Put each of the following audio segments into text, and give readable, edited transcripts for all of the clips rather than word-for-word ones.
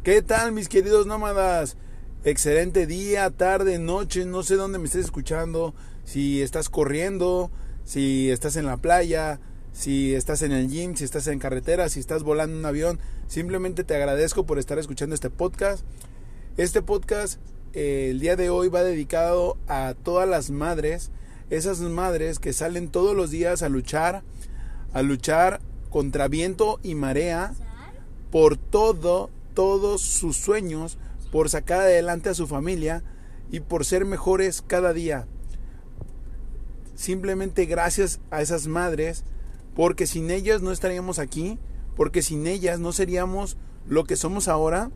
¿Qué tal, mis queridos nómadas? Excelente día, tarde, noche, no sé dónde me estés escuchando. Si estás corriendo, si estás en la playa, si estás en el gym, si estás en carretera, si estás volando en un avión. Simplemente te agradezco por estar escuchando este podcast. Este podcast el día de hoy va dedicado a todas las madres, esas madres que salen todos los días a luchar contra viento y marea por todos sus sueños, por sacar adelante a su familia y por ser mejores cada día. Simplemente gracias a esas madres, porque sin ellas no estaríamos aquí, porque sin ellas no seríamos lo que somos ahora.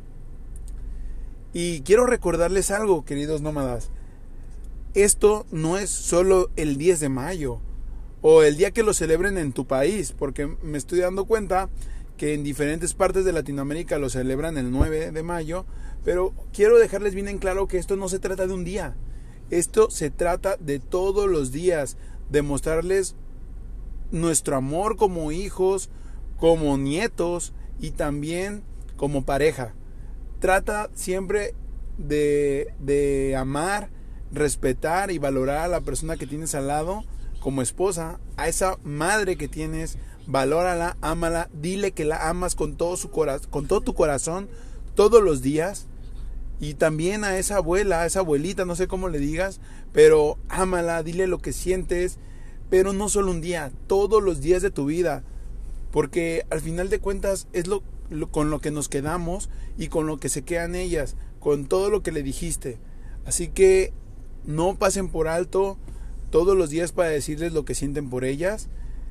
Y quiero recordarles algo, queridos nómadas. Esto no es solo el 10 de mayo o el día que lo celebren en tu país, porque me estoy dando cuenta que en diferentes partes de Latinoamérica lo celebran el 9 de mayo, pero quiero dejarles bien en claro que esto no se trata de un día. Esto se trata de todos los días, de mostrarles nuestro amor como hijos, como nietos y también como pareja. Trata siempre de amar, respetar y valorar a la persona que tienes al lado como esposa, a esa madre que tienes. Valórala, ámala, dile que la amas con todo tu corazón todos los días. Y también a esa abuela, a esa abuelita, no sé cómo le digas, pero ámala, dile lo que sientes, pero no solo un día, todos los días de tu vida, porque al final de cuentas es con lo que nos quedamos y con lo que se quedan ellas, con todo lo que le dijiste. Así que no pasen por alto todos los días para decirles lo que sienten por ellas.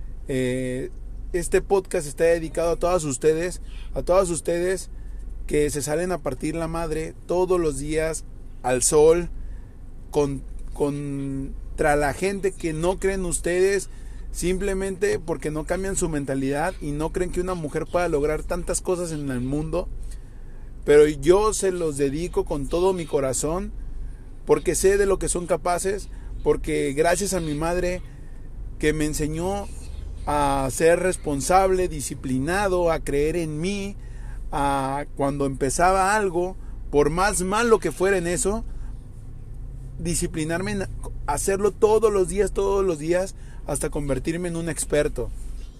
Este podcast está dedicado a todas ustedes que se salen a partir la madre todos los días al sol contra la gente que no cree en ustedes, simplemente porque no cambian su mentalidad y no creen que una mujer pueda lograr tantas cosas en el mundo. Pero yo se los dedico con todo mi corazón, porque sé de lo que son capaces, porque gracias a mi madre que me enseñó a ser responsable, disciplinado, a creer en mí, a cuando empezaba algo, por más malo que fuera en eso, disciplinarme en hacerlo todos los días, hasta convertirme en un experto.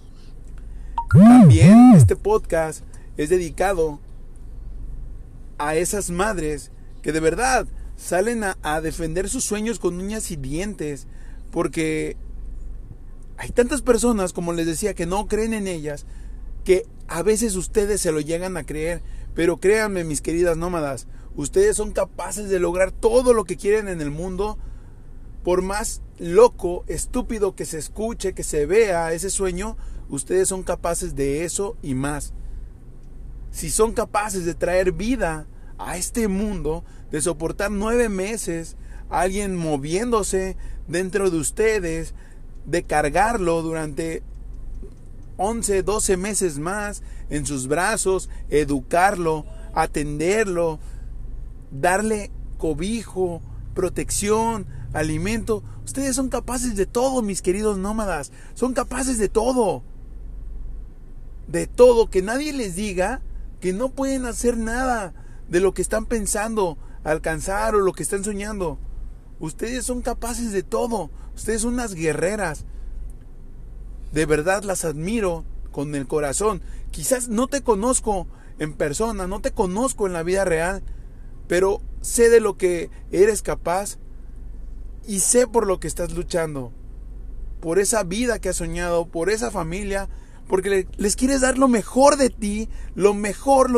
También este podcast es dedicado a esas madres que de verdad salen a defender sus sueños con uñas y dientes, porque hay tantas personas, como les decía, que no creen en ellas, que a veces ustedes se lo llegan a creer. Pero créanme, mis queridas nómadas, ustedes son capaces de lograr todo lo que quieren en el mundo. Por más loco, estúpido que se escuche, que se vea ese sueño, ustedes son capaces de eso y más. Si son capaces de traer vida a este mundo, de soportar 9 meses a alguien moviéndose dentro de ustedes, de cargarlo durante 11, 12 meses más en sus brazos, educarlo, atenderlo, darle cobijo, protección, alimento. Ustedes son capaces de todo, mis queridos nómadas. Son capaces de todo. De todo. Que nadie les diga que no pueden hacer nada de lo que están pensando alcanzar o lo que están soñando. Ustedes son capaces de todo. Ustedes son unas guerreras. De verdad las admiro con el corazón. Quizás no te conozco en persona, no te conozco en la vida real, pero sé de lo que eres capaz y sé por lo que estás luchando. Por esa vida que has soñado, por esa familia, porque les quieres dar lo mejor de ti, lo mejor,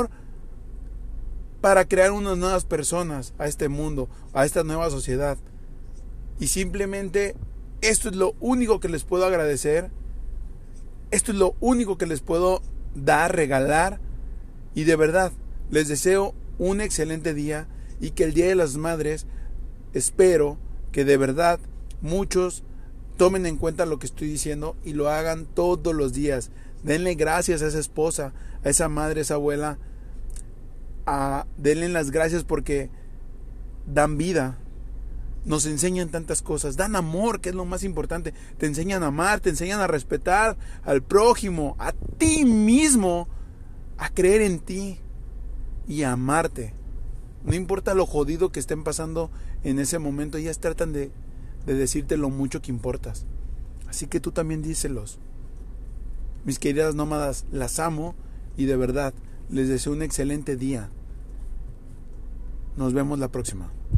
para crear unas nuevas personas a este mundo, a esta nueva sociedad. Y simplemente esto es lo único que les puedo agradecer. Esto es lo único que les puedo dar, regalar. Y de verdad, les deseo un excelente día. Y que el Día de las Madres, espero que de verdad muchos tomen en cuenta lo que estoy diciendo y lo hagan todos los días. Denle gracias a esa esposa, a esa madre, a esa abuela. Denle las gracias porque dan vida. Nos enseñan tantas cosas, dan amor, que es lo más importante. Te enseñan a amar, te enseñan a respetar al prójimo, a ti mismo, a creer en ti. y amarte. No importa lo jodido que estén pasando en ese momento, ellas tratan de decirte lo mucho que importas. Así que tú también díselos. Mis queridas nómadas, las amo y de verdad les deseo un excelente día. Nos vemos la próxima.